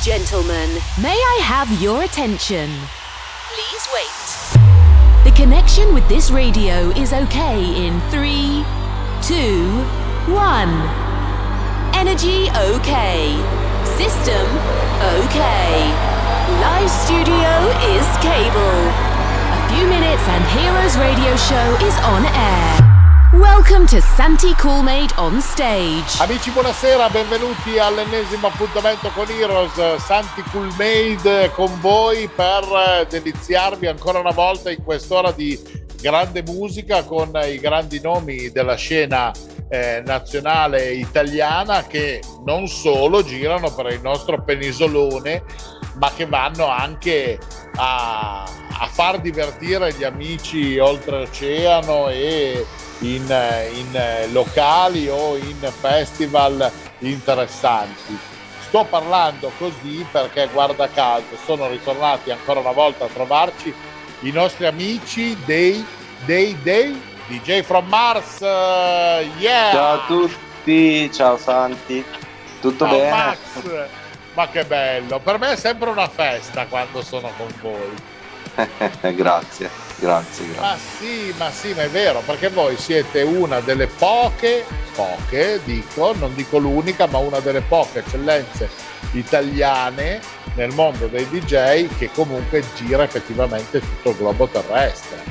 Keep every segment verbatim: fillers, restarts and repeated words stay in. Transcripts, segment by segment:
Gentlemen, may I have your attention? Please wait. The connection with this radio is okay in three, two, one. Energy okay. System okay. Live studio is cable. A few minutes and Heroes Radio Show is on air. Welcome to Santi Coolmade on stage. Amici, buonasera, benvenuti all'ennesimo appuntamento con Heroes. Santi Coolmade con voi per deliziarvi ancora una volta in quest'ora di grande musica con i grandi nomi della scena eh, nazionale italiana, che non solo girano per il nostro penisolone, ma che vanno anche a, a far divertire gli amici oltreoceano e in, in locali o in festival interessanti. Sto parlando così perché, guarda caso, sono ritornati ancora una volta a trovarci i nostri amici dei dei dei D J from Mars. Uh, yeah! Ciao a tutti, ciao Santi, tutto ciao bene? Max, ma che bello, per me è sempre una festa quando sono con voi. grazie, grazie, grazie. Ma sì, ma sì, ma è vero, perché voi siete una delle poche, poche, dico, non dico l'unica, ma una delle poche eccellenze italiane nel mondo dei D J che comunque gira effettivamente tutto il globo terrestre.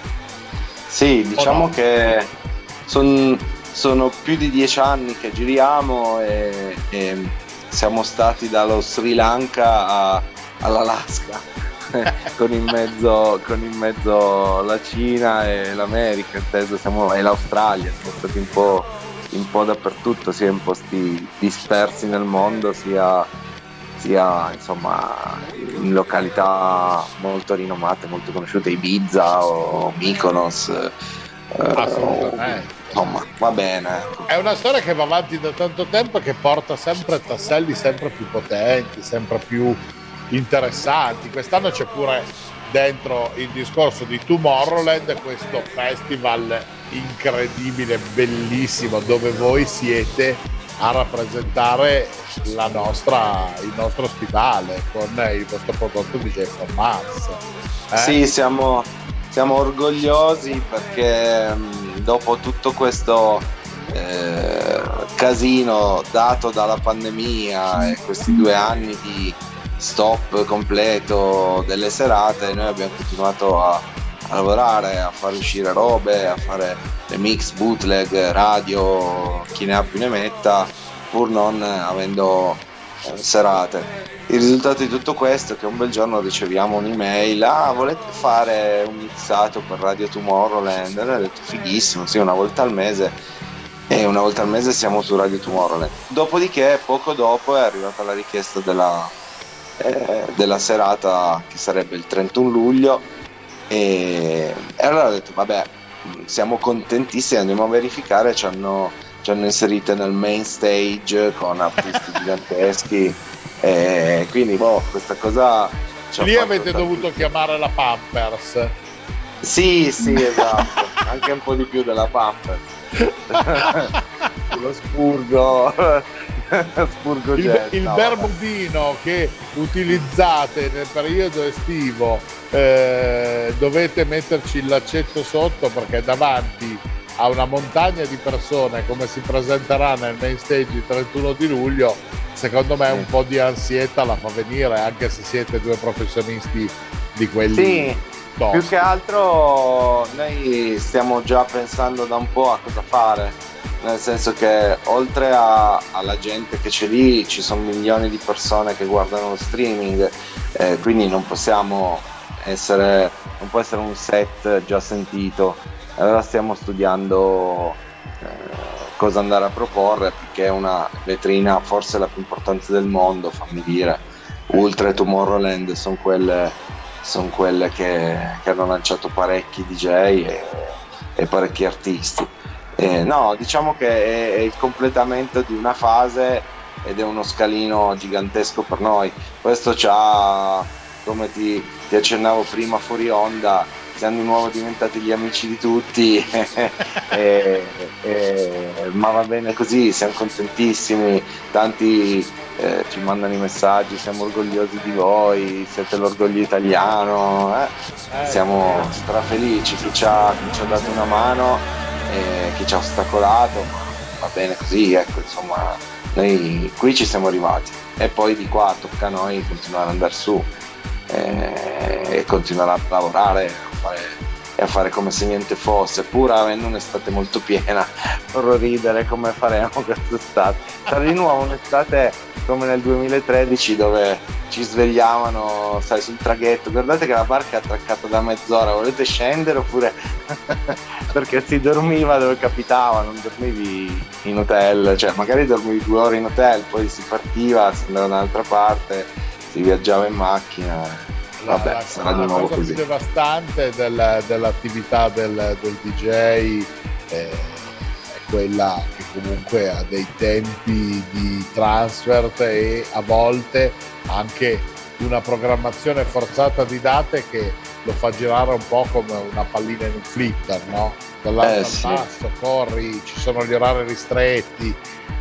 Sì, diciamo no? che son, sono più di dieci anni che giriamo e, e siamo stati dallo Sri Lanka a, all'Alaska. con in mezzo con in mezzo la Cina e l'America, inteso, siamo, e l'Australia, siamo stati un po', un po' dappertutto, sia in posti dispersi nel mondo, sia, sia insomma in località molto rinomate, molto conosciute, Ibiza o Mykonos. Assolutamente. Eh, insomma, va bene. È una storia che va avanti da tanto tempo e che porta sempre tasselli sempre più potenti, sempre più interessanti. Quest'anno c'è pure dentro il discorso di Tomorrowland, questo festival incredibile, bellissimo, dove voi siete a rappresentare la nostra, il nostro ospitale con il vostro prodotto D J from Mars. Eh? Sì, siamo, siamo orgogliosi perché mh, dopo tutto questo eh, casino dato dalla pandemia e questi due anni di stop completo delle serate, noi abbiamo continuato a, a lavorare, a fare uscire robe, a fare le mix, bootleg, radio, chi ne ha più ne metta, pur non avendo eh, serate. Il risultato di tutto questo è che un bel giorno riceviamo un'email: ah, volete fare un mixato per Radio Tomorrowland? E noi abbiamo detto fighissimo, sì, una volta al mese, e una volta al mese siamo su Radio Tomorrowland. Dopodiché, poco dopo, è arrivata la richiesta della Eh, della serata che sarebbe il trentuno luglio, e, e allora ho detto vabbè, siamo contentissimi, andiamo a verificare. Ci hanno, ci hanno inserite nel main stage con artisti giganteschi, e quindi boh, questa cosa lì avete dovuto chiamare la Pampers. Sì, sì, esatto. Anche un po' di più della Pampers. Lo spurgo spurgo il, il no, bermudino che utilizzate nel periodo estivo, eh, dovete metterci il laccetto sotto, perché davanti a una montagna di persone, come si presenterà nel main stage il trentuno di luglio, secondo me un po' di ansietta la fa venire, anche se siete due professionisti di quelli. Sì, tosti. Più che altro noi stiamo già pensando da un po' a cosa fare, nel senso che oltre a, alla gente che c'è lì, ci sono milioni di persone che guardano lo streaming, eh, quindi non possiamo essere, non può essere un set già sentito. Allora stiamo studiando eh, cosa andare a proporre, perché è una vetrina, forse la più importante del mondo, fammi dire. Ultra e Tomorrowland sono quelle, son quelle che, che hanno lanciato parecchi D J e, e parecchi artisti. Eh, no, diciamo che è, è il completamento di una fase ed è uno scalino gigantesco per noi. Questo c'ha, come ti, ti accennavo prima fuori onda, siamo di nuovo diventati gli amici di tutti e, e, ma va bene così, siamo contentissimi, tanti eh, ci mandano i messaggi, siamo orgogliosi di voi, siete l'orgoglio italiano, eh? Siamo strafelici, chi ci ha, chi ci ha dato una mano, eh, chi ci ha ostacolato, ma va bene così, ecco, insomma, noi qui ci siamo arrivati e poi di qua tocca a noi continuare ad andare su e continuare a lavorare a fare, e a fare come se niente fosse, pur avendo un'estate molto piena. Vorrò ridere come faremo quest'estate, sarà di nuovo un'estate come nel duemilatredici dove ci svegliavano, sai, sul traghetto, guardate che la barca è attraccata da mezz'ora, volete scendere oppure perché si dormiva dove capitava, non dormivi in hotel, cioè magari dormivi due ore in hotel, poi si partiva, si andava da un'altra parte, si viaggiava in macchina. Vabbè, la, sarà la, di nuovo cosa così. più devastante del, dell'attività del, del D J eh, è quella che comunque ha dei tempi di transfer e a volte anche una programmazione forzata di date che lo fa girare un po' come una pallina in un flipper, no? Dall'alto eh, al sì. basso, corri, ci sono gli orari ristretti,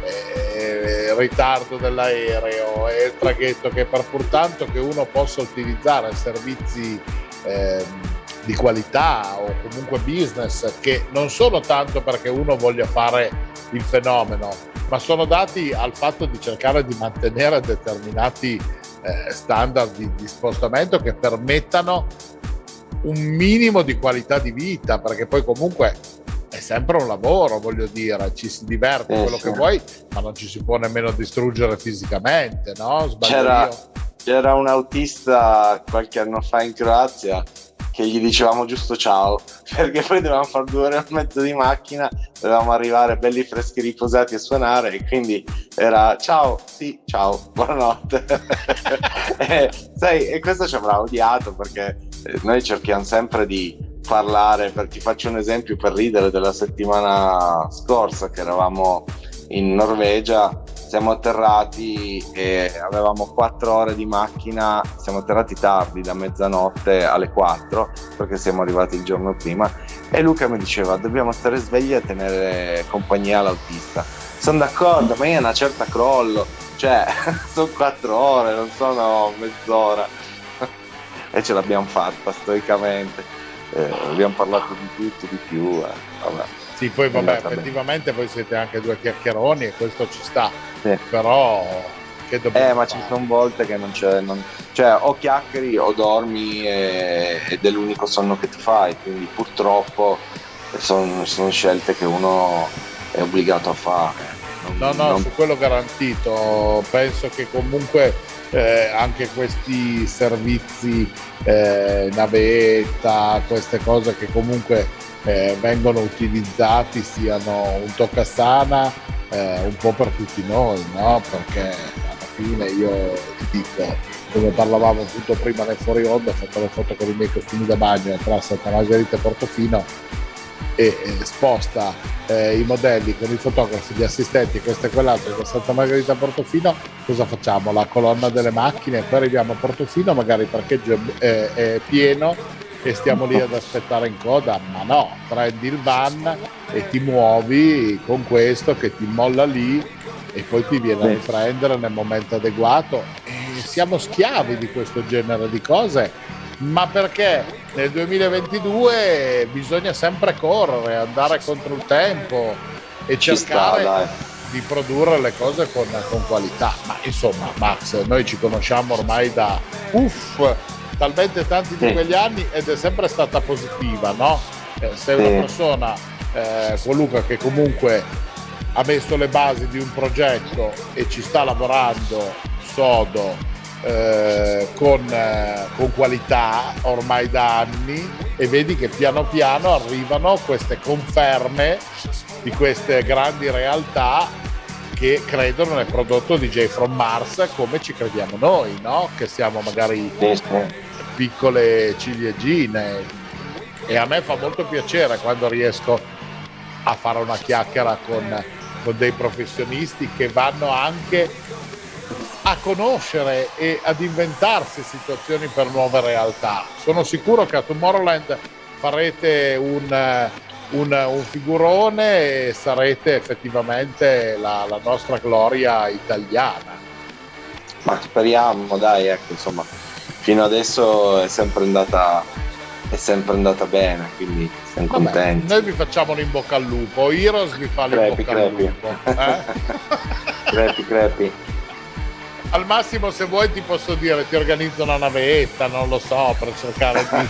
eh, ritardo dell'aereo e il traghetto, che per pur tanto che uno possa utilizzare servizi eh, di qualità o comunque business, che non sono tanto perché uno voglia fare il fenomeno, ma sono dati al fatto di cercare di mantenere determinati eh, standard di, di spostamento che permettano un minimo di qualità di vita, perché poi comunque è sempre un lavoro, voglio dire, ci si diverte eh, quello sì. che vuoi, ma non ci si può nemmeno distruggere fisicamente, no? Sbaglio C'era, io? c'era un autista qualche anno fa in Croazia che gli dicevamo giusto ciao, perché poi dovevamo fare due ore e mezzo di macchina, dovevamo arrivare belli freschi riposati a suonare, e quindi era ciao, sì, ciao, buonanotte. e, sai, e questo ci avrà odiato, perché noi cerchiamo sempre di parlare, per, ti faccio un esempio per ridere, della settimana scorsa che eravamo in Norvegia, siamo atterrati e avevamo quattro ore di macchina, siamo atterrati tardi, da mezzanotte alle quattro, perché siamo arrivati il giorno prima, e Luca mi diceva dobbiamo stare svegli a tenere compagnia all'autista. Sono d'accordo, ma io una certa crollo, cioè sono quattro ore, non sono mezz'ora. E ce l'abbiamo fatta stoicamente, eh, abbiamo parlato di tutto, di più, eh, vabbè. Sì, poi vabbè, effettivamente bene. Voi siete anche due chiacchieroni e questo ci sta, sì. Però che dobbiamo Eh, ma fare? ci sono volte che non c'è, non, cioè o chiacchieri o dormi e, ed è l'unico sonno che ti fai, quindi purtroppo sono, sono scelte che uno è obbligato a fare. Non, no, no, non... su quello garantito. Penso che comunque eh, anche questi servizi, eh, navetta, queste cose che comunque Eh, vengono utilizzati siano un toccasana eh, un po' per tutti noi, no? Perché alla fine io ti dico, come parlavamo appunto prima nel fuori onda, ho fatto le foto con i miei costumi da bagno tra Santa Margherita e Portofino e eh, sposta eh, i modelli con i fotografi, gli assistenti, questo e quell'altro da Santa Margherita a Portofino. Cosa facciamo? La colonna delle macchine, poi arriviamo a Portofino, magari il parcheggio è, è pieno e stiamo lì ad aspettare in coda, ma no, prendi il van e ti muovi con questo che ti molla lì e poi ti viene a riprendere nel momento adeguato. E siamo schiavi di questo genere di cose, ma perché nel duemilaventidue bisogna sempre correre, andare contro il tempo e Ci cercare sta, di produrre le cose con, con qualità. Ma insomma, Max, noi ci conosciamo ormai da uff talmente tanti di quegli anni ed è sempre stata positiva, no? Eh, sei una persona eh, con Luca che comunque ha messo le basi di un progetto e ci sta lavorando sodo eh, con, eh, con qualità ormai da anni, e vedi che piano piano arrivano queste conferme di queste grandi realtà che credono nel prodotto D J from Mars come ci crediamo noi, no? Che siamo magari piccole ciliegine, e a me fa molto piacere quando riesco a fare una chiacchiera con, con dei professionisti che vanno anche a conoscere e ad inventarsi situazioni per nuove realtà. Sono sicuro che a Tomorrowland farete un, un, un figurone e sarete effettivamente la, la nostra gloria italiana. Ma speriamo, dai, ecco, insomma, fino adesso è sempre andata, è sempre andata bene, quindi siamo Vabbè, contenti. Noi vi facciamo un in bocca al lupo, Heroes vi fa l'in bocca al lupo. Eh? crepi, crepi. Al massimo, se vuoi, ti posso dire, ti organizzo una navetta, non lo so, per cercare di...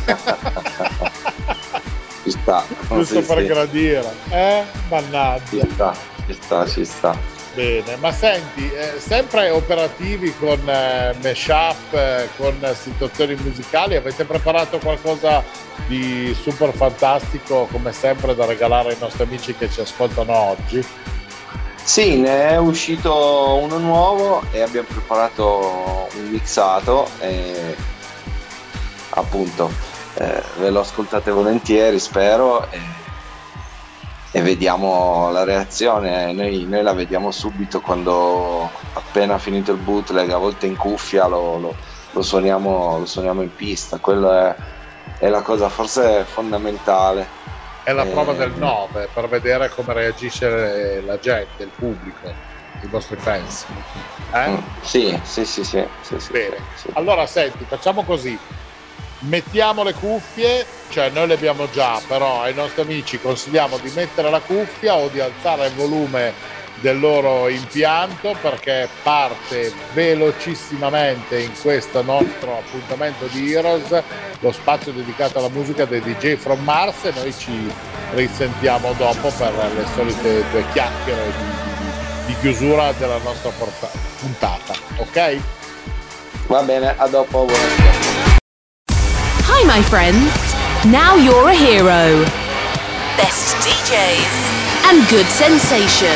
Ci sta. Giusto sì, per sì. gradire. Eh? Mannaggia. Ci sta, ci sta, ci sta. Bene, ma senti, eh, sempre operativi con eh, mashup, eh, con situazioni musicali, avete preparato qualcosa di super fantastico, come sempre, da regalare ai nostri amici che ci ascoltano oggi? Sì, ne è uscito uno nuovo e abbiamo preparato un mixato e appunto eh, ve lo ascoltate volentieri, spero, e, e vediamo la reazione. Noi, noi la vediamo subito quando appena finito il bootleg, a volte in cuffia lo, lo, lo, suoniamo, lo suoniamo in pista. Quello è, è la cosa forse fondamentale. È la Eh, prova del nove, per vedere come reagisce la gente, il pubblico, i vostri fans. Eh? Mm, sì, sì, sì, sì, sì, sì. Bene, Sì. allora senti, facciamo così. Mettiamo le cuffie, cioè noi le abbiamo già, però ai nostri amici consigliamo di mettere la cuffia o di alzare il volume del loro impianto, perché parte velocissimamente in questo nostro appuntamento di Heroes lo spazio dedicato alla musica dei D J from Mars, e noi ci risentiamo dopo per le solite due chiacchiere di, di, di chiusura della nostra porta- puntata, ok? Va bene, a dopo, buonasera. Hi, my friends. Now you're a hero. Best D Js and good sensation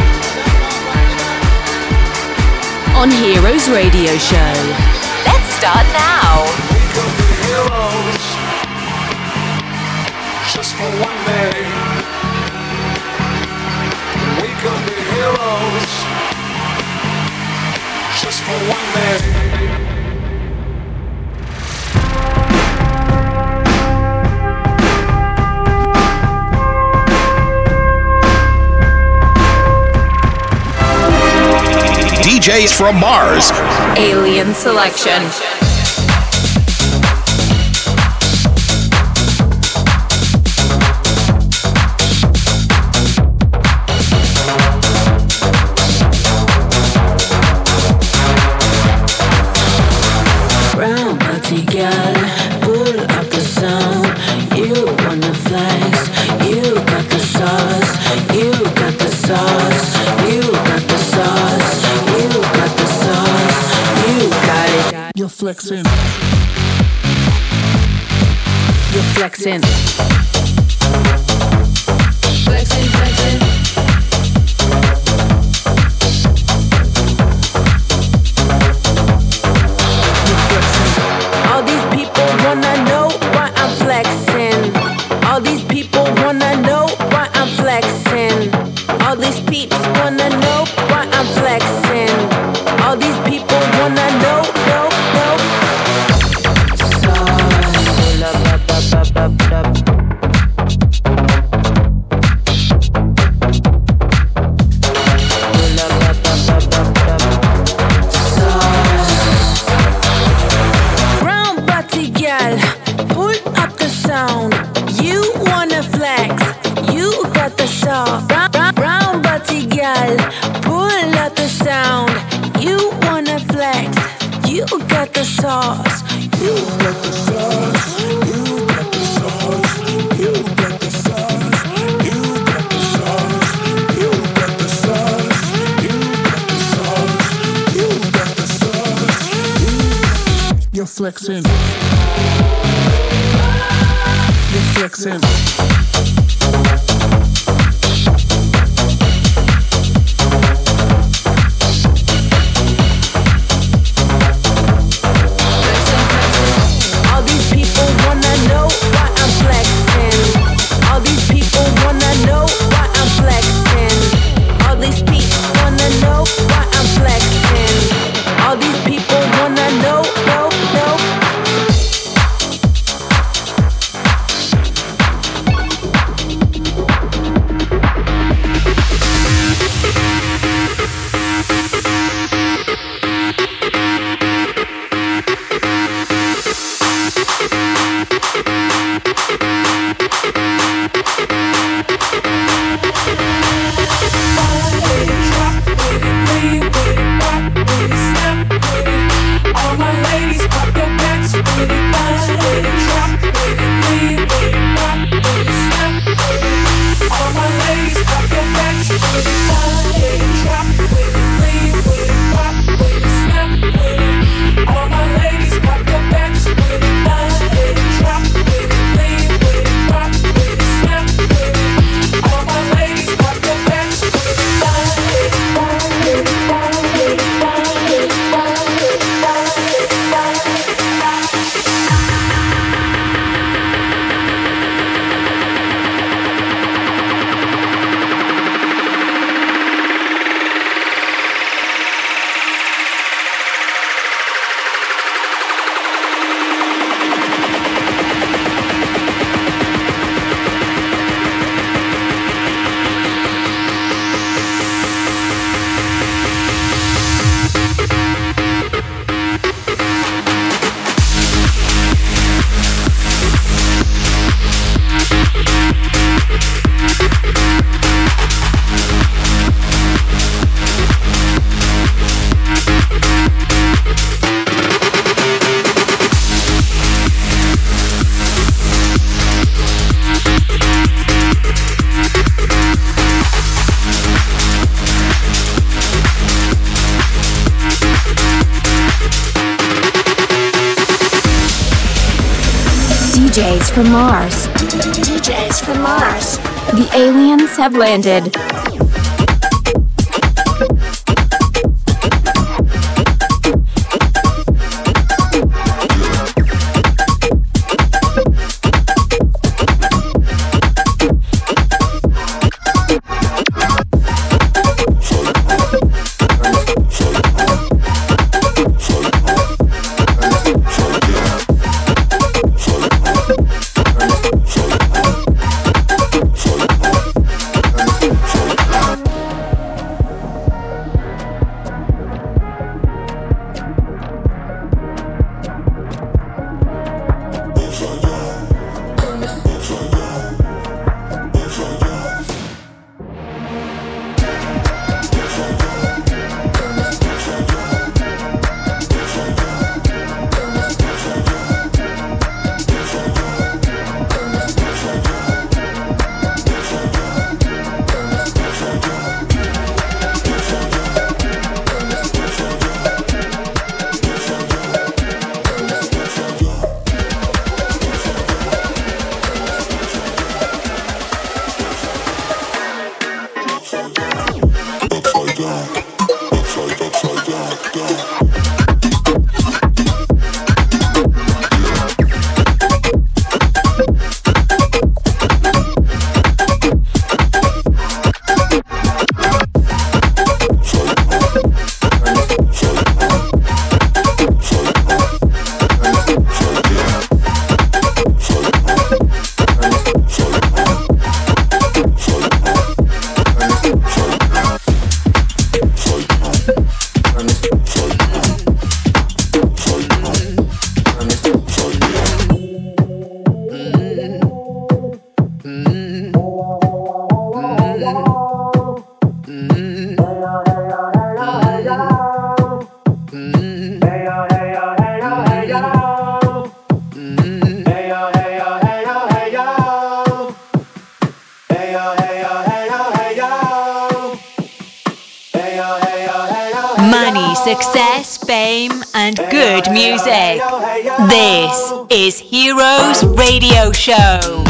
on Heroes Radio Show. Let's start now. We could be heroes just for one day. We could be heroes just for one day. D Js from Mars. Alien Selection. Brown body girl, pull up the sound. You wanna flex, you got the sauce. You got the sauce, you got the sauce. You got the sauce, you got it. You're flexing. You're flexing. Flexing, flexing. All these people wanna know why I'm flexing. All these people wanna know why I'm flexing. All these peeps wanna know why I'm flexing. All these people wanna know, know, know. Sauce. Up, up, up, up, up, up. Brown body gal, pull up the sound. You wanna flex, you got the sauce. Brown, brown, brown body gal, pull up the sound. You wanna flex, you got the sauce. You got the sauce. You got the sauce. You got the sauce. You got the sauce. You got the sauce. You got the sauce. You got the sauce. You're flexing. You're flexing. All these people wanna know why I'm flexing. All these people wanna know why I'm flexing. All these people wanna know why I'm flexing. All these people wanna know, know, know. Js from Mars. D Js from Mars. The aliens have landed. Success, fame, and good music. This is Heroes Radio Show.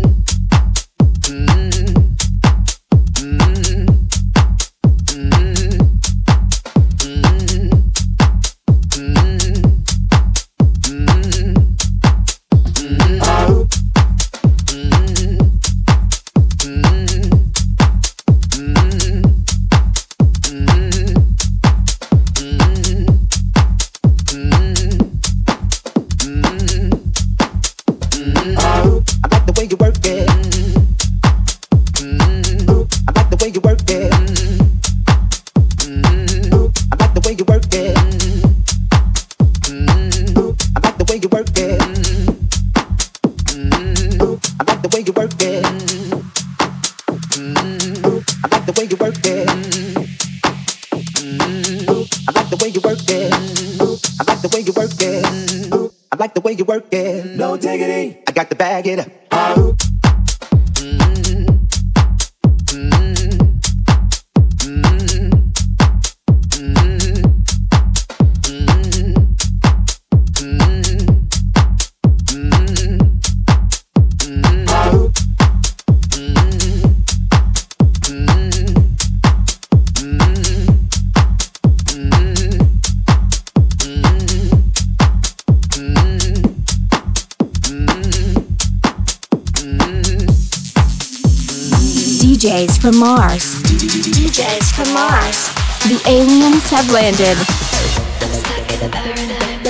D Js from Mars. D Js from Mars. The aliens have landed. Stuck in a paradigm.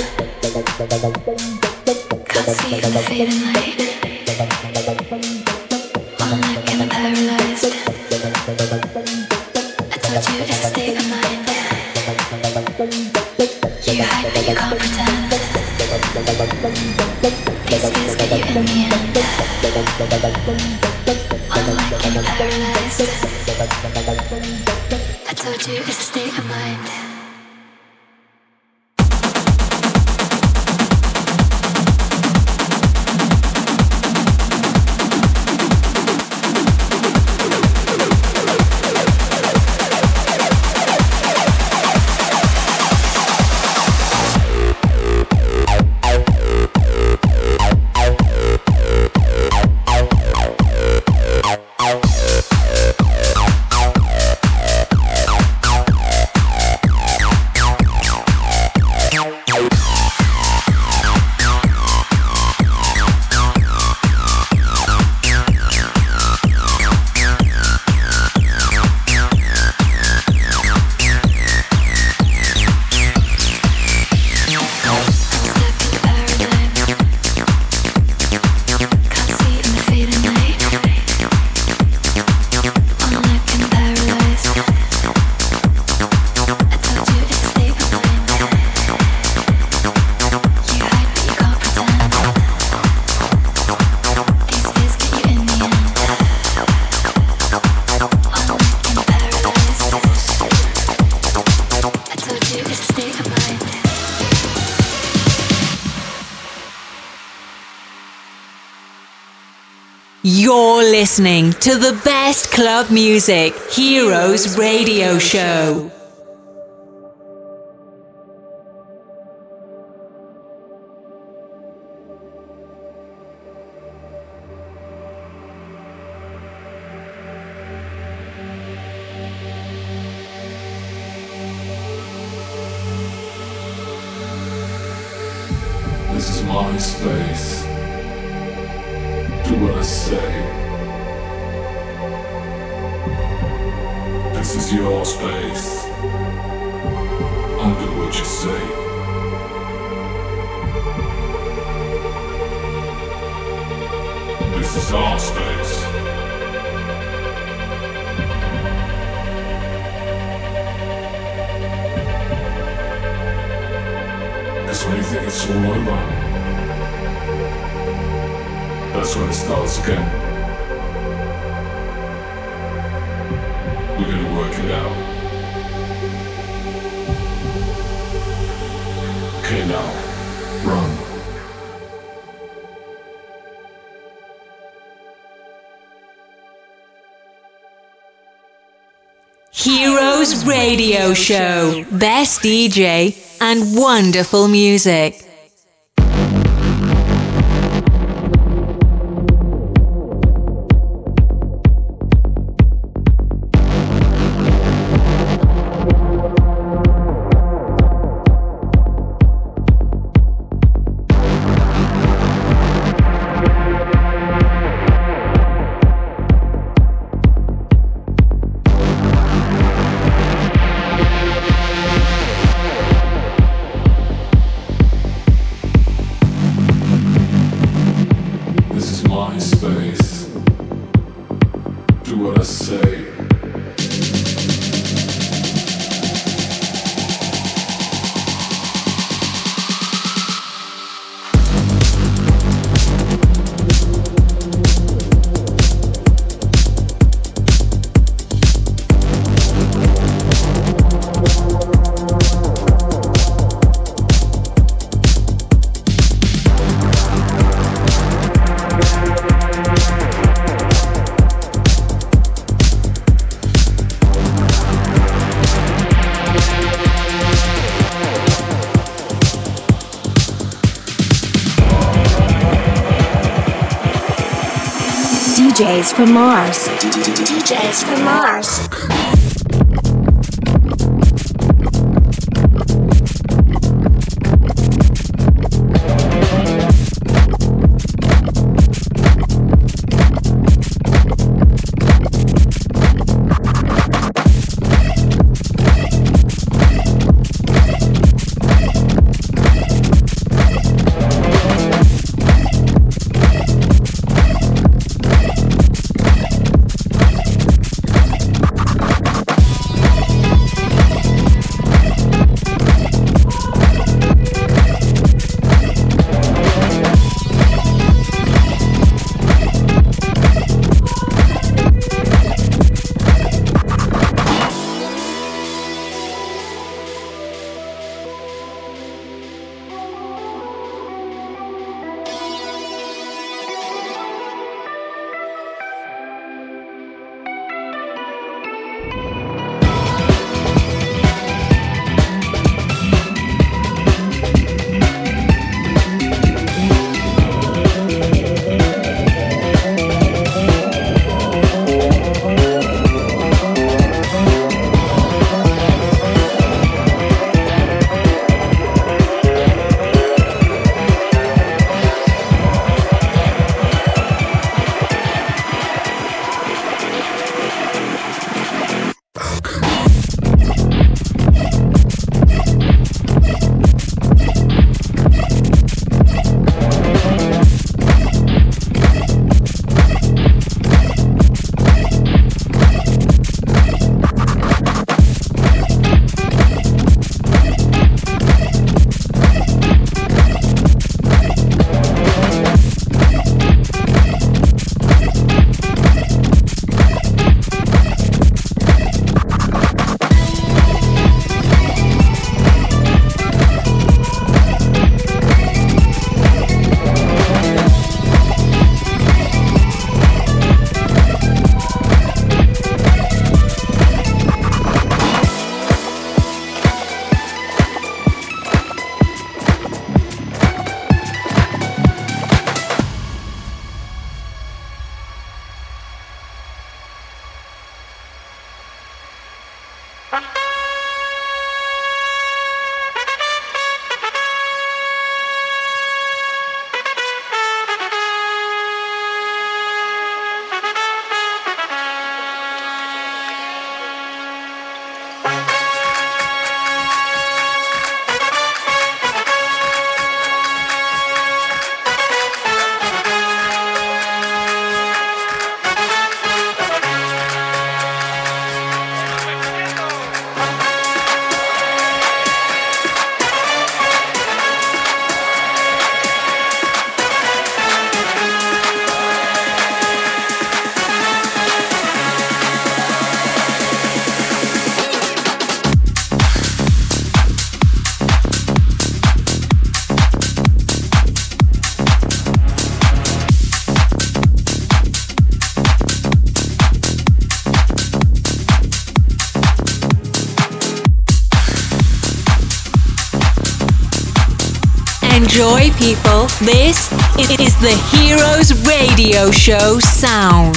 Can't see in the fading light. One look and I'm paralyzed. I told you it's a state of mind. You hide but you can't pretend. These fears get you in the end. One look and I'm paralyzed. I told you it's a state of mind. You're listening to the best club music, Heroes Radio Show. This is my space. Do what I say. This is your space. I'll do what you say. This is our space. That's when you think it's all over. That's when it starts again. We're gonna work it out. Okay, now, run. Heroes Radio Show. Best D J and wonderful music. D Js from Mars. D Js from Mars. Enjoy, people. This is the Heroes Radio Show sound.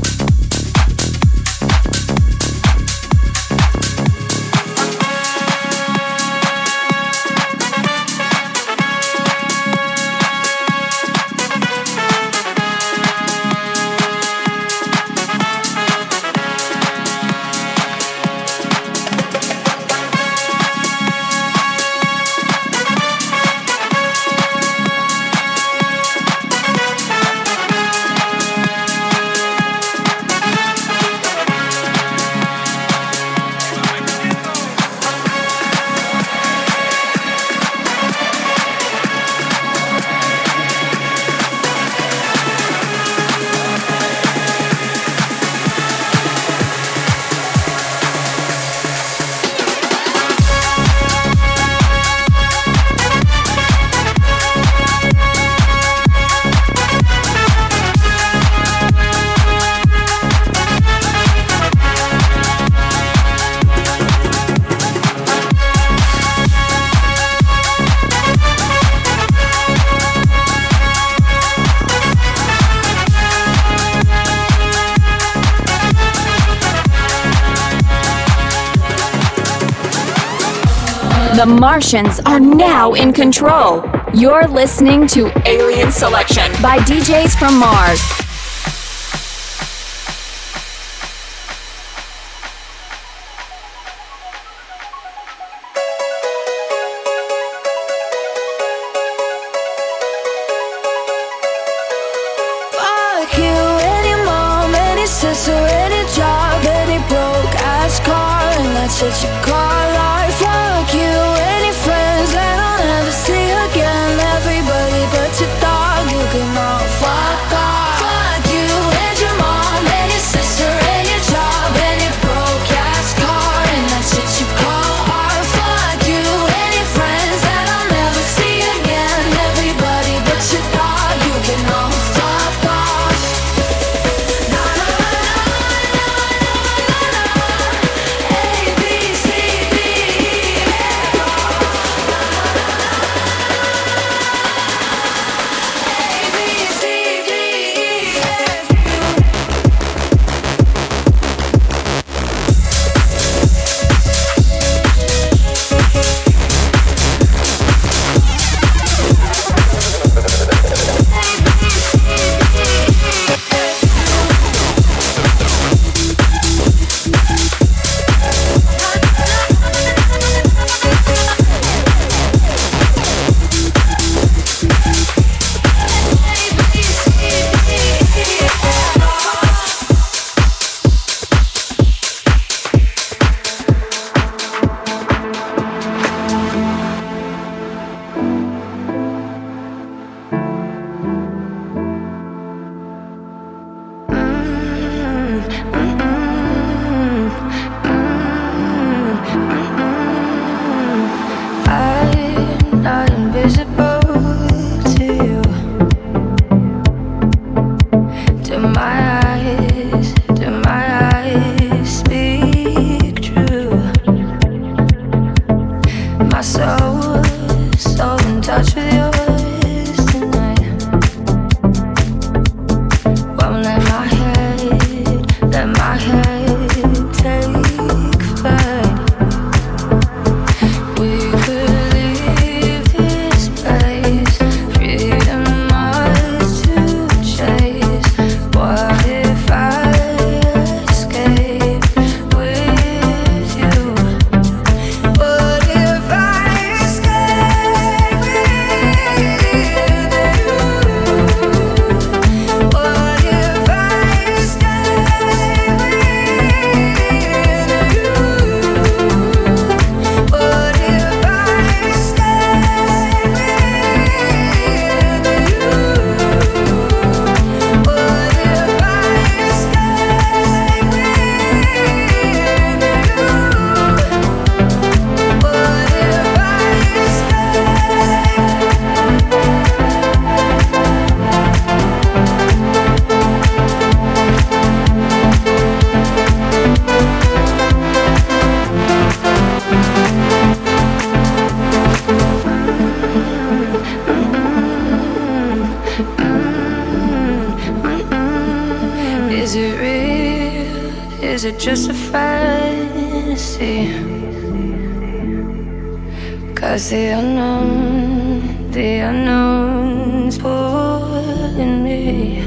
The Martians are now in control. You're listening to Alien Selection by D Js from Mars. Fuck you, any mom, any sister, any job, any broke ass car, and that's what you call life. Fuck you, any friends that I'll never see again. Everybody but your dog, you can all fuck off. Fuck you and your mom, and your sister, and your job, and your broke ass car, and that's what you call art. Fuck you, any friends that I'll never see again. Everybody but your dog, you can all fuck off. Na na na na na na na. A B C it just a fantasy? 'Cause the unknown, the unknown's pulling me.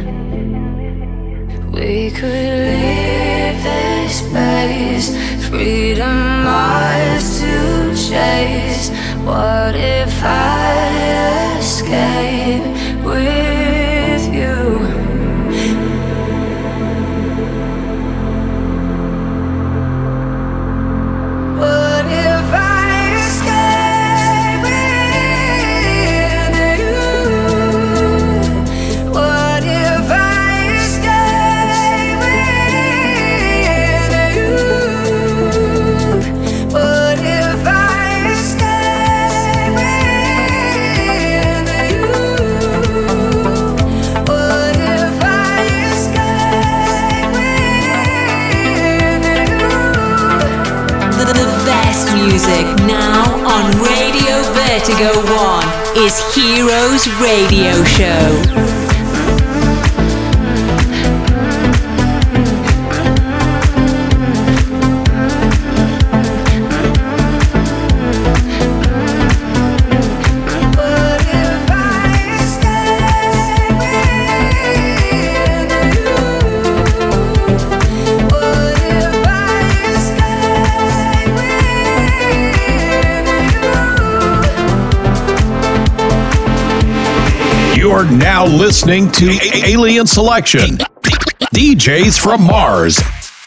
We could leave this place, freedom ours to chase. What if I escape with you? What if I escape with you? What if I escape with you? What if I escape with you? What if I escape with you? The best music now on Radio Vertigo One is Heroes Radio Show. You're now listening to Alien Selection, D Js from Mars.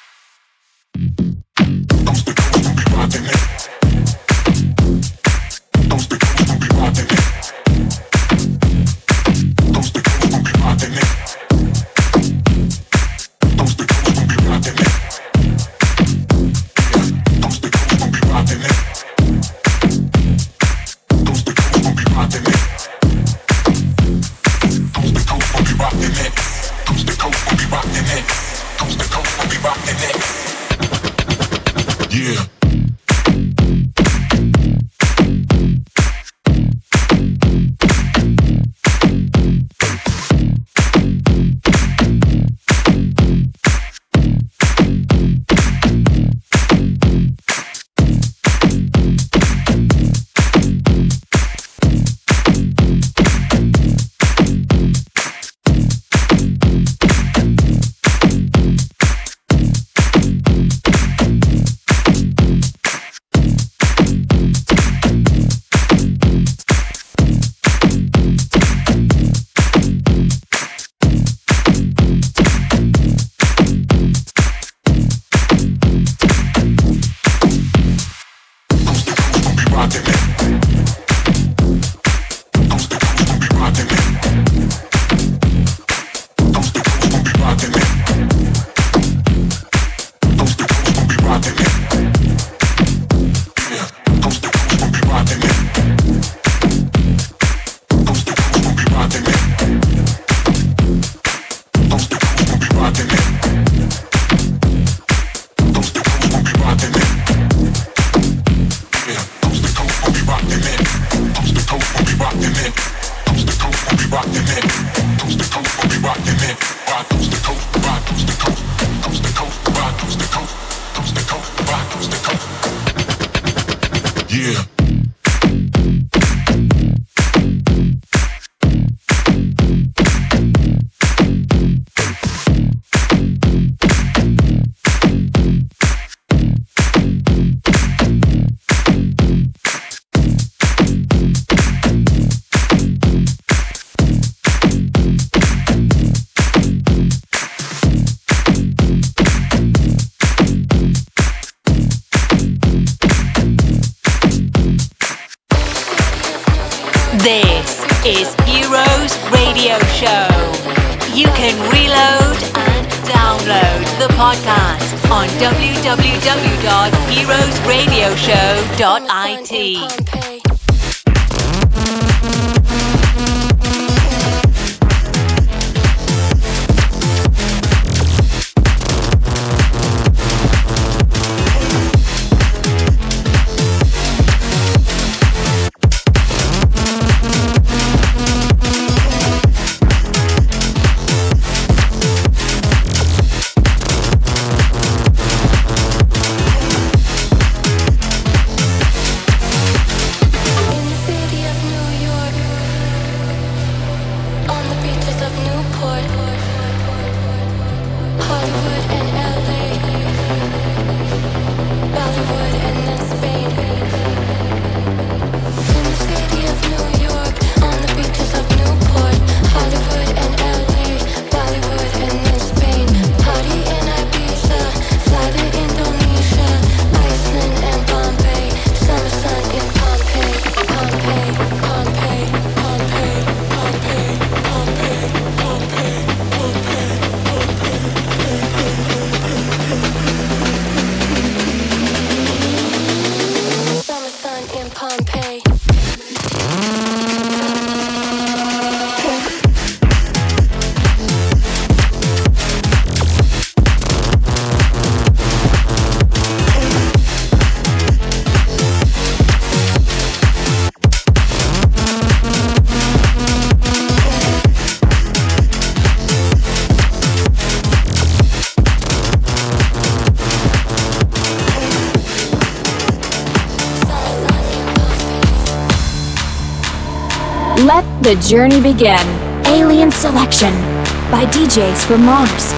This is Heroes Radio Show. You can reload and download the podcast on w w w dot heroes radio show dot i t. Let the journey begin. Alien Selection by D Js from Mars.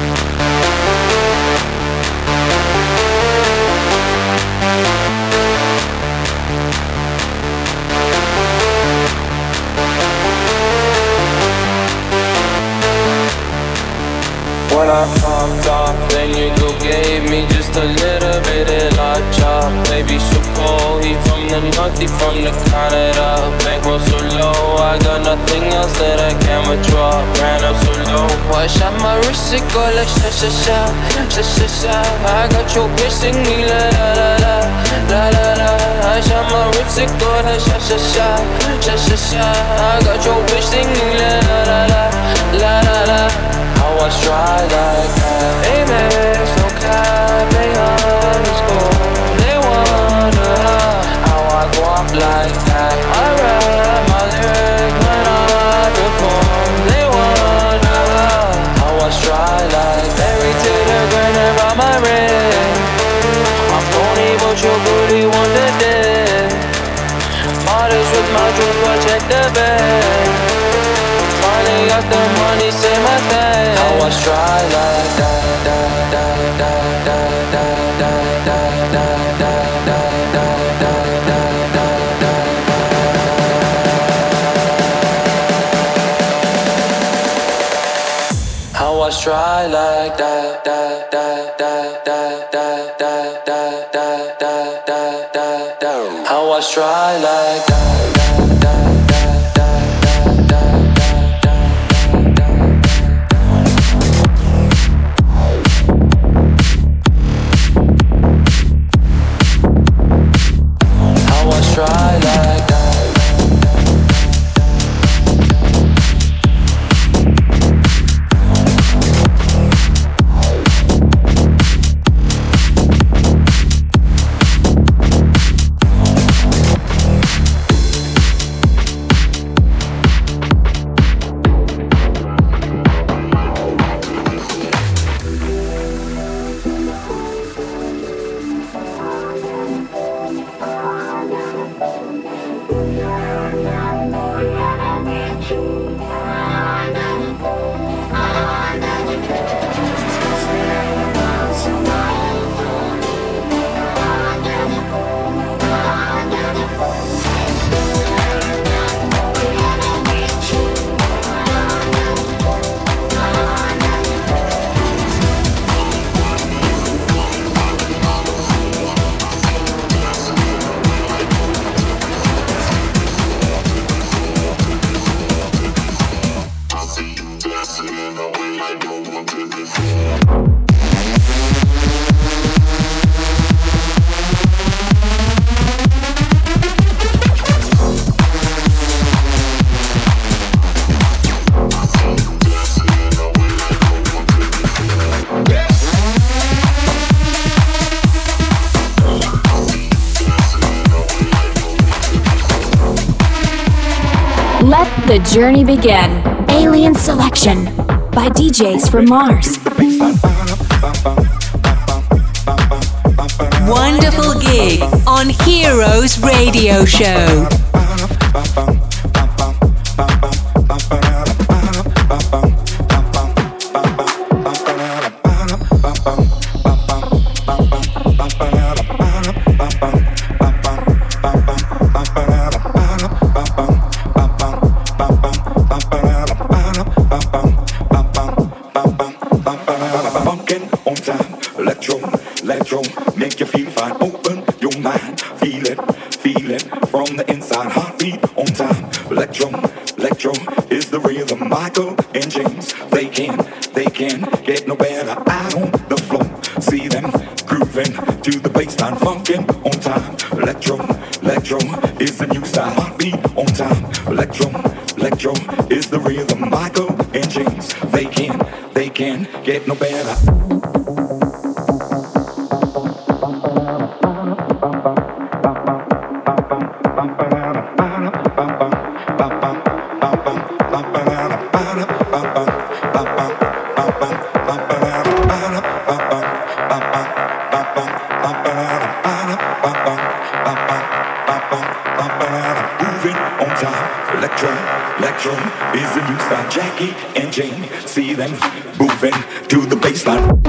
When I popped off, then you go gave me just a little bit of la chop. Baby so cold, he from the north, he from the Canada. Bankroll so low, I got nothing else that I can withdraw. Ran up so low, I shot my wrist, it go like sha sha sha, sha sha sha. I got your bitch sing me la la la la, la la la. I shot my wrist, it go like sha sha sha, sha sha sha. I got your bitch sing me la la la la, la la la. I was dry like that. Amex, no cap, they underscore. They wonder how I go up like that. I rap my lyrics when I perform. They wonder how I was dry like that. Married to the grind around my ring. I'm phony, but your booty wonder dead. Modest with my drink, but check the bag. Finally got the money, say my thing. I was dry like that, that, that, that, that, that, that, that, that, that, I was dry like that, that, that, that, that, that, that, that, that, that, that, that. I was dry like that. Try like that. Let the journey begin. Alien Selection by D Js from Mars. Wonderful gig on Heroes Radio Show. Moving on time. Electro, electro is the new style. Jackie and Jane, see them moving to the baseline.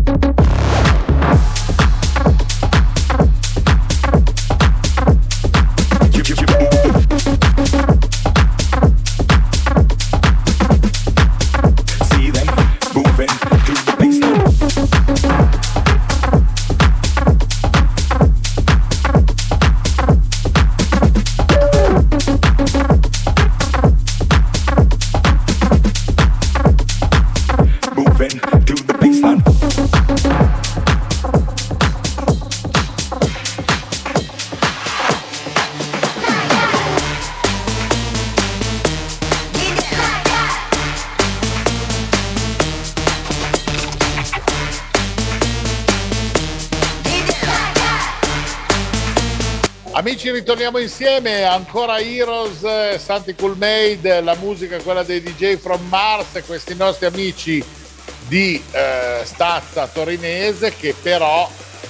Amici, ritorniamo insieme, ancora Heroes, Santi Cool Made, la musica quella dei D J from Mars e questi nostri amici di eh, Stazza torinese che però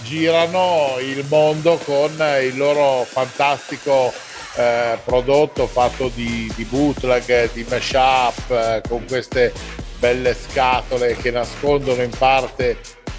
girano il mondo con il loro fantastico eh, prodotto fatto di, di bootleg, di mashup, eh, con queste belle scatole che nascondono in parte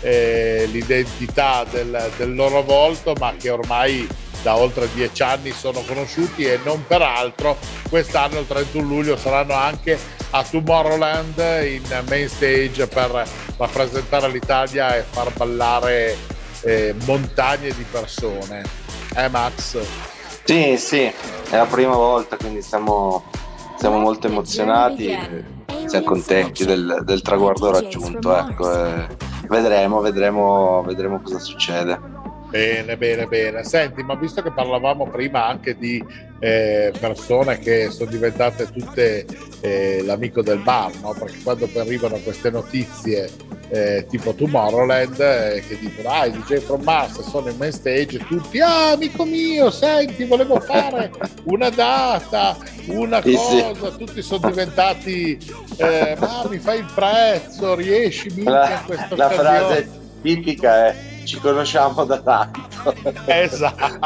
eh, l'identità del, del loro volto, ma che ormai da oltre dieci anni sono conosciuti e non per altro quest'anno il trentuno luglio saranno anche a Tomorrowland in main stage per rappresentare l'Italia e far ballare eh, montagne di persone. Eh Max? Sì, sì, è la prima volta, quindi siamo, siamo molto emozionati e siamo contenti del, del traguardo raggiunto, ecco, e vedremo, vedremo, vedremo cosa succede. Bene, bene, bene. Senti, ma visto che parlavamo prima anche di eh, persone che sono diventate tutte eh, l'amico del bar, no? Perché quando poi arrivano queste notizie eh, tipo Tomorrowland eh, che dicono ah, i D J from Mars sono in main stage, tutti ah, amico mio, senti, volevo fare una data, una sì, cosa, sì. Tutti sono diventati eh, ma mi fai il prezzo, riesci minchia in questa la occasione. frase tipica è ci conosciamo da tanto. Esatto.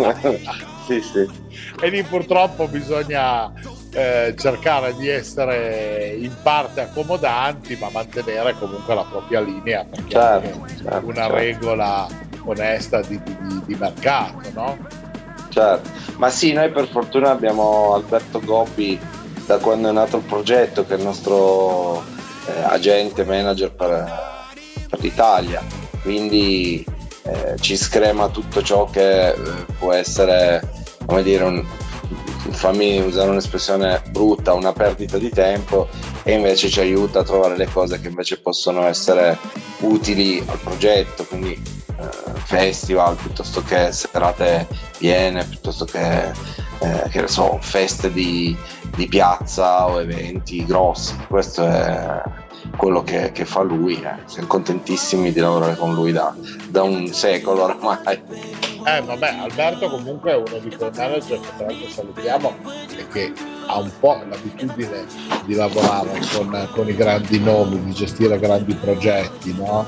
Sì, sì. E lì purtroppo bisogna eh, cercare di essere in parte accomodanti, ma mantenere comunque la propria linea, perché certo, è certo, una certo. regola onesta di, di, di mercato, no? Certo, ma sì, noi per fortuna abbiamo Alberto Gobbi da quando è nato il progetto, che è il nostro eh, agente manager per, per l'Italia. Quindi eh, ci screma tutto ciò che eh, può essere, come dire, un, fammi usare un'espressione brutta, una perdita di tempo, e invece ci aiuta a trovare le cose che invece possono essere utili al progetto, quindi eh, festival piuttosto che serate piene, piuttosto che, eh, che ne so, feste di, di piazza o eventi grossi. Questo è quello che, che fa lui, eh. Siamo contentissimi di lavorare con lui da, da un secolo oramai. Eh vabbè, Alberto comunque è uno di quei manager che tra l'altro salutiamo e che ha un po' l'abitudine di lavorare con, con i grandi nomi, di gestire grandi progetti, no?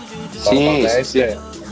Sì, sì.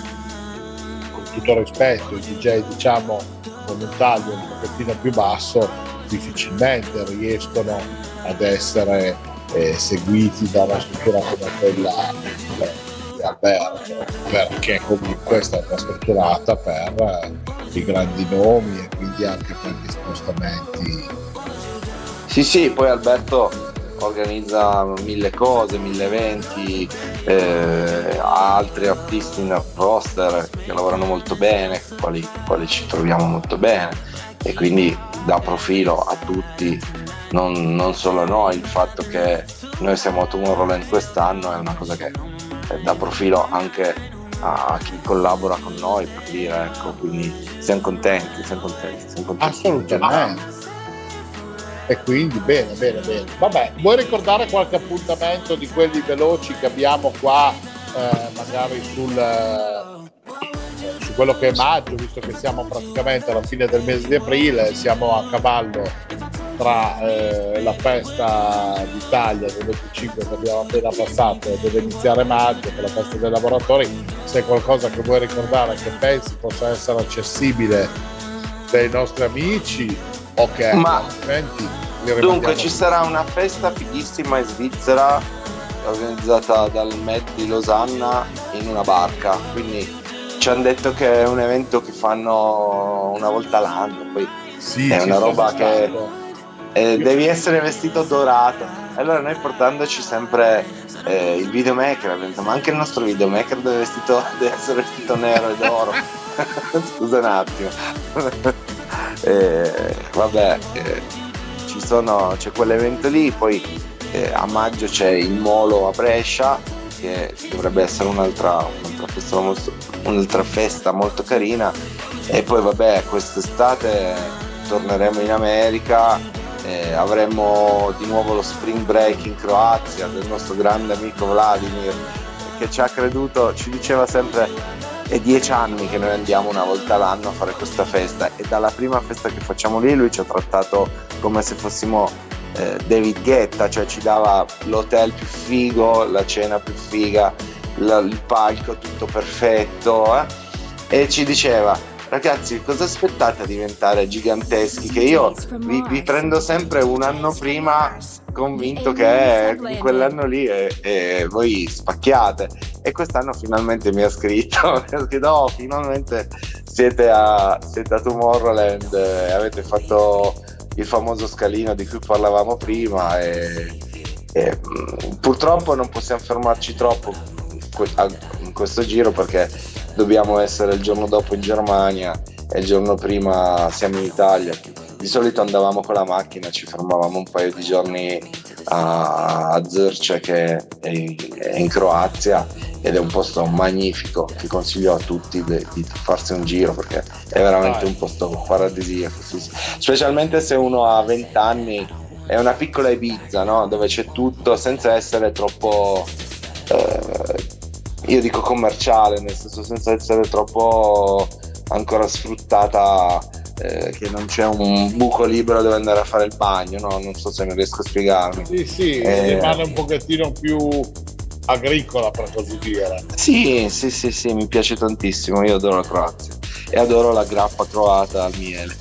Con tutto il rispetto, i D J diciamo con un taglio un pochettino più basso difficilmente riescono ad essere eh, seguiti da una struttura come quella di Alberto, perché comunque è stata strutturata per eh, i grandi nomi e quindi anche per gli spostamenti. Sì, sì, poi Alberto organizza mille cose, mille eventi, eh, ha altri artisti nel roster che lavorano molto bene, con quali, quali ci troviamo molto bene, e quindi dà profilo a tutti, non, non solo a noi. Il fatto che noi siamo a Tomorrowland quest'anno è una cosa che dà profilo anche a chi collabora con noi, per dire, ecco, quindi siamo contenti, siamo contenti, siamo contenti. Assolutamente. E quindi bene, bene, bene. Vabbè, vuoi ricordare qualche appuntamento di quelli veloci che abbiamo qua, eh, magari sul, eh, su quello che è maggio, visto che siamo praticamente alla fine del mese di aprile, siamo a cavallo tra eh, la festa d'Italia del venticinque che abbiamo appena passato e deve iniziare maggio con la festa dei lavoratori. Se è qualcosa che vuoi ricordare che pensi possa essere accessibile dai nostri amici, ok, ma dunque ci lì. sarà una festa fighissima in Svizzera organizzata dal M E D di Losanna in una barca, quindi ci hanno detto che è un evento che fanno una volta l'anno, poi sì, è una roba che eh, Io... devi essere vestito dorato. Allora noi portandoci sempre eh, il videomaker, ma anche il nostro videomaker deve, vestito, deve essere vestito nero ed oro. Scusa un attimo. eh, vabbè, eh, ci sono, c'è quell'evento lì, poi eh, a maggio c'è il Molo a Brescia, che dovrebbe essere un'altra, un'altra, festa molto, un'altra festa molto carina, e poi vabbè quest'estate torneremo in America. Eh, avremo di nuovo lo spring break in Croazia del nostro grande amico Vladimir, che ci ha creduto, ci diceva sempre è dieci anni che noi andiamo una volta l'anno a fare questa festa, e dalla prima festa che facciamo lì lui ci ha trattato come se fossimo eh, David Guetta, cioè ci dava l'hotel più figo, la cena più figa, la, il palco tutto perfetto, eh? E ci diceva: ragazzi, cosa aspettate a diventare giganteschi? Che io vi, vi prendo sempre un anno prima, convinto che in quell'anno lì e, e voi spacchiate. E quest'anno finalmente mi ha scritto, mi ha scritto: oh, finalmente siete a, siete a Tomorrowland, e avete fatto il famoso scalino di cui parlavamo prima, e, e purtroppo non possiamo fermarci troppo in questo giro, perché dobbiamo essere il giorno dopo in Germania e il giorno prima siamo in Italia. Di solito andavamo con la macchina, ci fermavamo un paio di giorni a, a Zrče, che è in, è in Croazia, ed è un posto magnifico che consiglio a tutti di, di farsi un giro, perché è veramente un posto paradisiaco, specialmente se uno ha venti anni. È una piccola Ibiza, no? Dove c'è tutto senza essere troppo eh, io dico commerciale, nel senso senza essere troppo ancora sfruttata, eh, che non c'è un buco libero dove andare a fare il bagno, no? Non so se mi riesco a spiegarmi. Sì, sì, eh, rimane un pochettino più agricola, per così dire. Sì, sì, sì, sì, mi piace tantissimo, io adoro la Croazia e adoro la grappa croata al miele.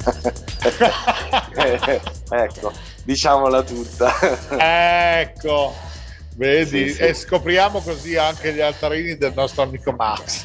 eh, ecco, diciamola tutta. Ecco. Vedi, sì, sì. E scopriamo così anche gli altarini del nostro amico Max.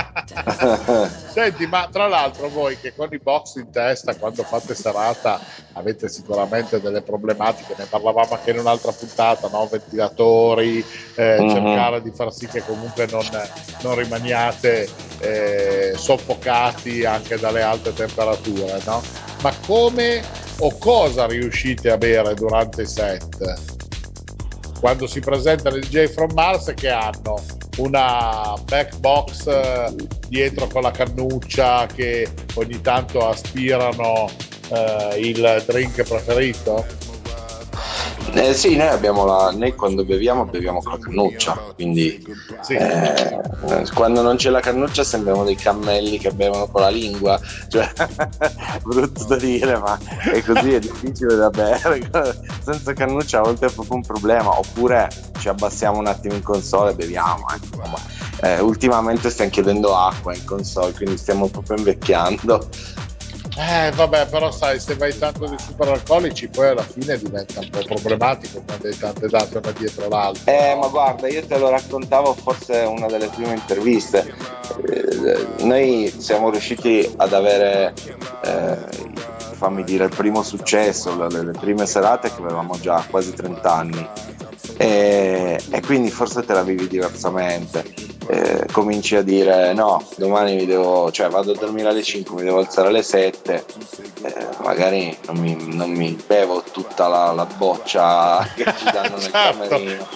Senti, ma tra l'altro voi che con i box in testa, quando fate serata, avete sicuramente delle problematiche, ne parlavamo anche in un'altra puntata, no? Ventilatori, eh, mm-hmm. cercare di far sì che comunque non, non rimaniate eh, soffocati anche dalle alte temperature, no? Ma come o cosa riuscite a bere durante i set? Quando si presentano i D J from Mars, che hanno una back box eh, dietro con la cannuccia, che ogni tanto aspirano eh, il drink preferito? Eh, sì, noi abbiamo la. Noi quando beviamo beviamo con la cannuccia, quindi sì. eh, quando non c'è la cannuccia sembriamo dei cammelli che bevono con la lingua, cioè brutto da dire, ma è così, è difficile da bere. Senza cannuccia a volte è proprio un problema, oppure ci abbassiamo un attimo in console e beviamo. Eh. Eh, ultimamente stiamo chiedendo acqua in console, quindi stiamo proprio invecchiando. Eh vabbè, però sai, se vai tanto di superalcolici poi alla fine diventa un po' problematico quando hai tante date una dietro l'altra. Eh ma guarda, io te lo raccontavo forse una delle prime interviste, eh, noi siamo riusciti ad avere eh, fammi dire il primo successo, le, le prime serate che avevamo già quasi trenta anni, e, e quindi forse te la vivi diversamente. Eh, cominci a dire no, domani mi devo, cioè vado a dormire alle cinque, mi devo alzare alle sette, eh, magari non mi, non mi bevo tutta la, la boccia che ci danno nel camerino.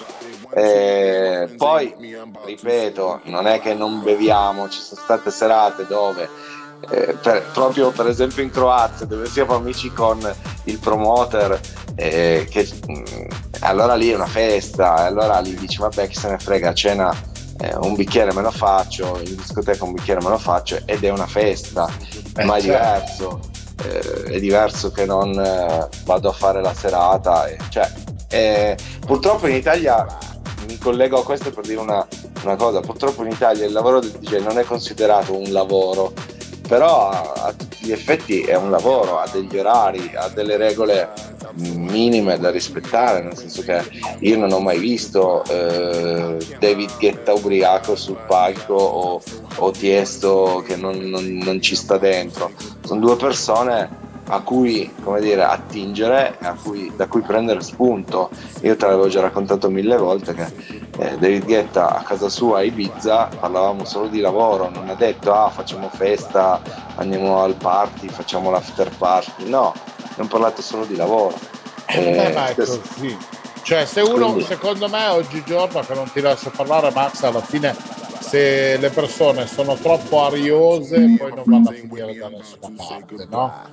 Eh, poi ripeto, non è che non beviamo, ci sono state serate dove eh, per, proprio per esempio in Croazia, dove siamo amici con il promoter, eh, che mh, allora lì è una festa, e allora lì dici vabbè chi se ne frega, a cena Eh, un bicchiere me lo faccio, in discoteca un bicchiere me lo faccio, ed è una festa, eh, ma è diverso, eh, è diverso che non eh, vado a fare la serata, eh, cioè, eh, purtroppo in Italia, mi collego a questo per dire una, una cosa, purtroppo in Italia il lavoro del D J non è considerato un lavoro, però a, a tutti gli effetti è un lavoro, ha degli orari, ha delle regole minime da rispettare, nel senso che io non ho mai visto eh, David Guetta ubriaco sul palco o, o Tiesto che non, non, non ci sta dentro. Sono due persone a cui, come dire, attingere, a cui, da cui prendere spunto. Io te l'avevo già raccontato mille volte che eh, David Guetta a casa sua a Ibiza parlavamo solo di lavoro, non ha detto ah facciamo festa, andiamo al party, facciamo l'after party, no, abbiamo parlato solo di lavoro. Eh, eh, ma è così. Cioè se uno, Quindi, secondo me oggigiorno, che non ti lascio parlare Max, alla fine se le persone sono troppo ariose poi non vanno a finire da nessuna parte, no?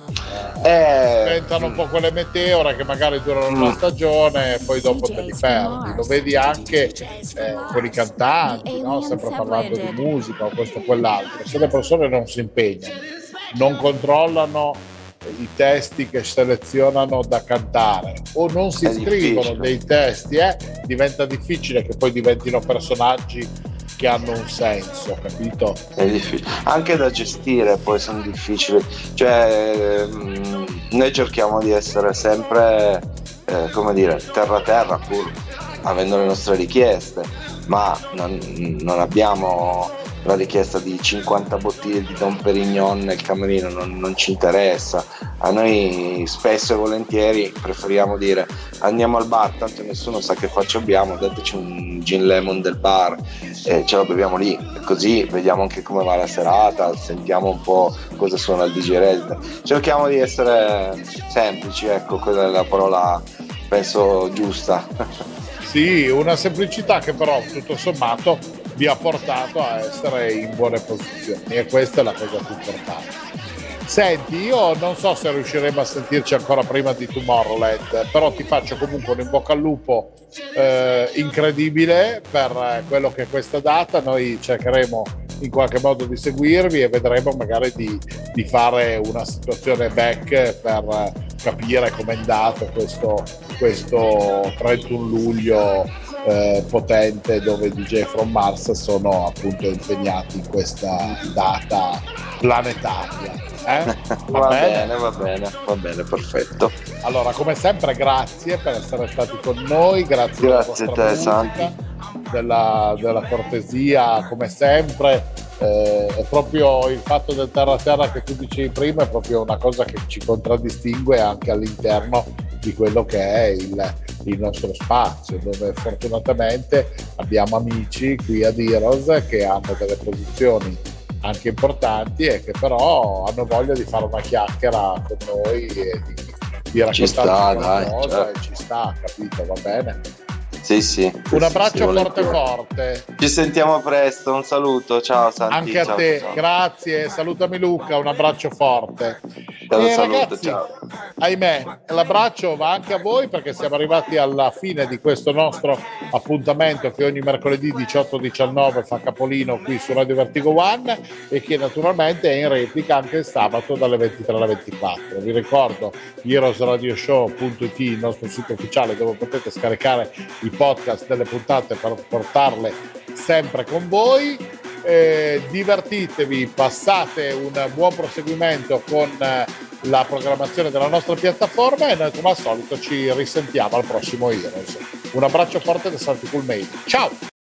Eh, diventano un po' quelle meteore che magari durano una stagione e poi dopo te li perdi. Lo vedi anche eh, con i cantanti, no? Sempre parlando di musica o questo o quell'altro. Se le persone non si impegnano, non controllano i testi che selezionano da cantare o non si È scrivono difficile. dei testi, eh, diventa difficile che poi diventino personaggi che hanno un senso, capito? È difficile. Anche da gestire poi sono difficili, cioè mh, noi cerchiamo di essere sempre eh, come dire terra terra pur avendo le nostre richieste, ma non, non abbiamo la richiesta di cinquanta bottiglie di Dom Perignon nel camerino, non, non ci interessa. A noi spesso e volentieri preferiamo dire andiamo al bar, tanto nessuno sa che faccia abbiamo, dateci un gin lemon del bar e ce lo beviamo lì, così vediamo anche come va la serata, sentiamo un po' cosa suona il D J resident. Cerchiamo di essere semplici, ecco, quella è la parola penso giusta. Sì, una semplicità che però tutto sommato vi ha portato a essere in buone posizioni e questa è la cosa più importante. Senti, io non so se riusciremo a sentirci ancora prima di Tomorrowland, però ti faccio comunque un in bocca al lupo eh, incredibile per quello che è questa data. Noi cercheremo in qualche modo di seguirvi e vedremo magari di, di fare una situazione back per capire com'è andato questo, questo trentuno luglio eh, potente dove D J from Mars sono appunto impegnati in questa data planetaria. Eh? Va, va bene? bene, va bene, va bene, perfetto. Allora, come sempre, grazie per essere stati con noi, grazie, Grazie della a te, vostra musica, della, della cortesia, come sempre. Eh, è proprio il fatto del terra a terra che tu dicevi prima, è proprio una cosa che ci contraddistingue anche all'interno di quello che è il, il nostro spazio, dove fortunatamente abbiamo amici qui ad Heroes che hanno delle posizioni anche importanti e che però hanno voglia di fare una chiacchiera con noi e di, di raccontarci Ci sta, qualcosa, dai, certo. e ci sta, capito, va bene? Sì, sì. Un sì, abbraccio sì, forte volentieri. forte. Ci sentiamo presto, un saluto, ciao Santi. Anche a ciao, te, ciao. grazie, salutami Luca, un abbraccio forte. Te lo E saluto, ragazzi, ciao. ahimè, l'abbraccio va anche a voi perché siamo arrivati alla fine di questo nostro appuntamento che ogni mercoledì diciotto diciannove fa capolino qui su Radio Vertigo One e che naturalmente è in replica anche il sabato dalle ventitré alle ventiquattro. Vi ricordo heroes radio show punto it, il nostro sito ufficiale dove potete scaricare i podcast delle puntate per portarle sempre con voi. Eh, divertitevi, passate un buon proseguimento con eh, la programmazione della nostra piattaforma e noi come al solito ci risentiamo al prossimo Heroes. Un abbraccio forte da Santi Cool Made. Ciao!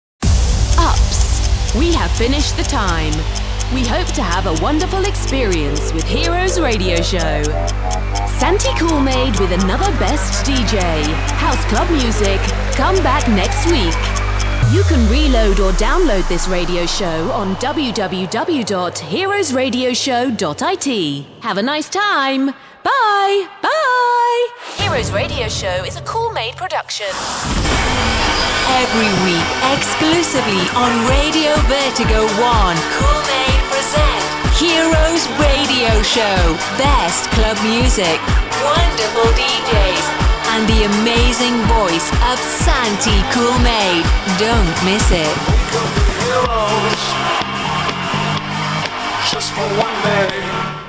Ups, we have finished the time. We hope to have a wonderful experience with Heroes Radio Show. Santi Cool Made with another best D J. House Club Music. Come back next week. You can reload or download this radio show on w w w dot heroes radio show dot i t. Have a nice time. Bye. Bye. Heroes Radio Show is a Cool Made production. Every week, exclusively on Radio Vertigo One, Cool Made present Heroes Radio Show. Best club music, wonderful D Js, and the amazing voice of Santi Cool Made. Don't miss it. Heroes, just for one day.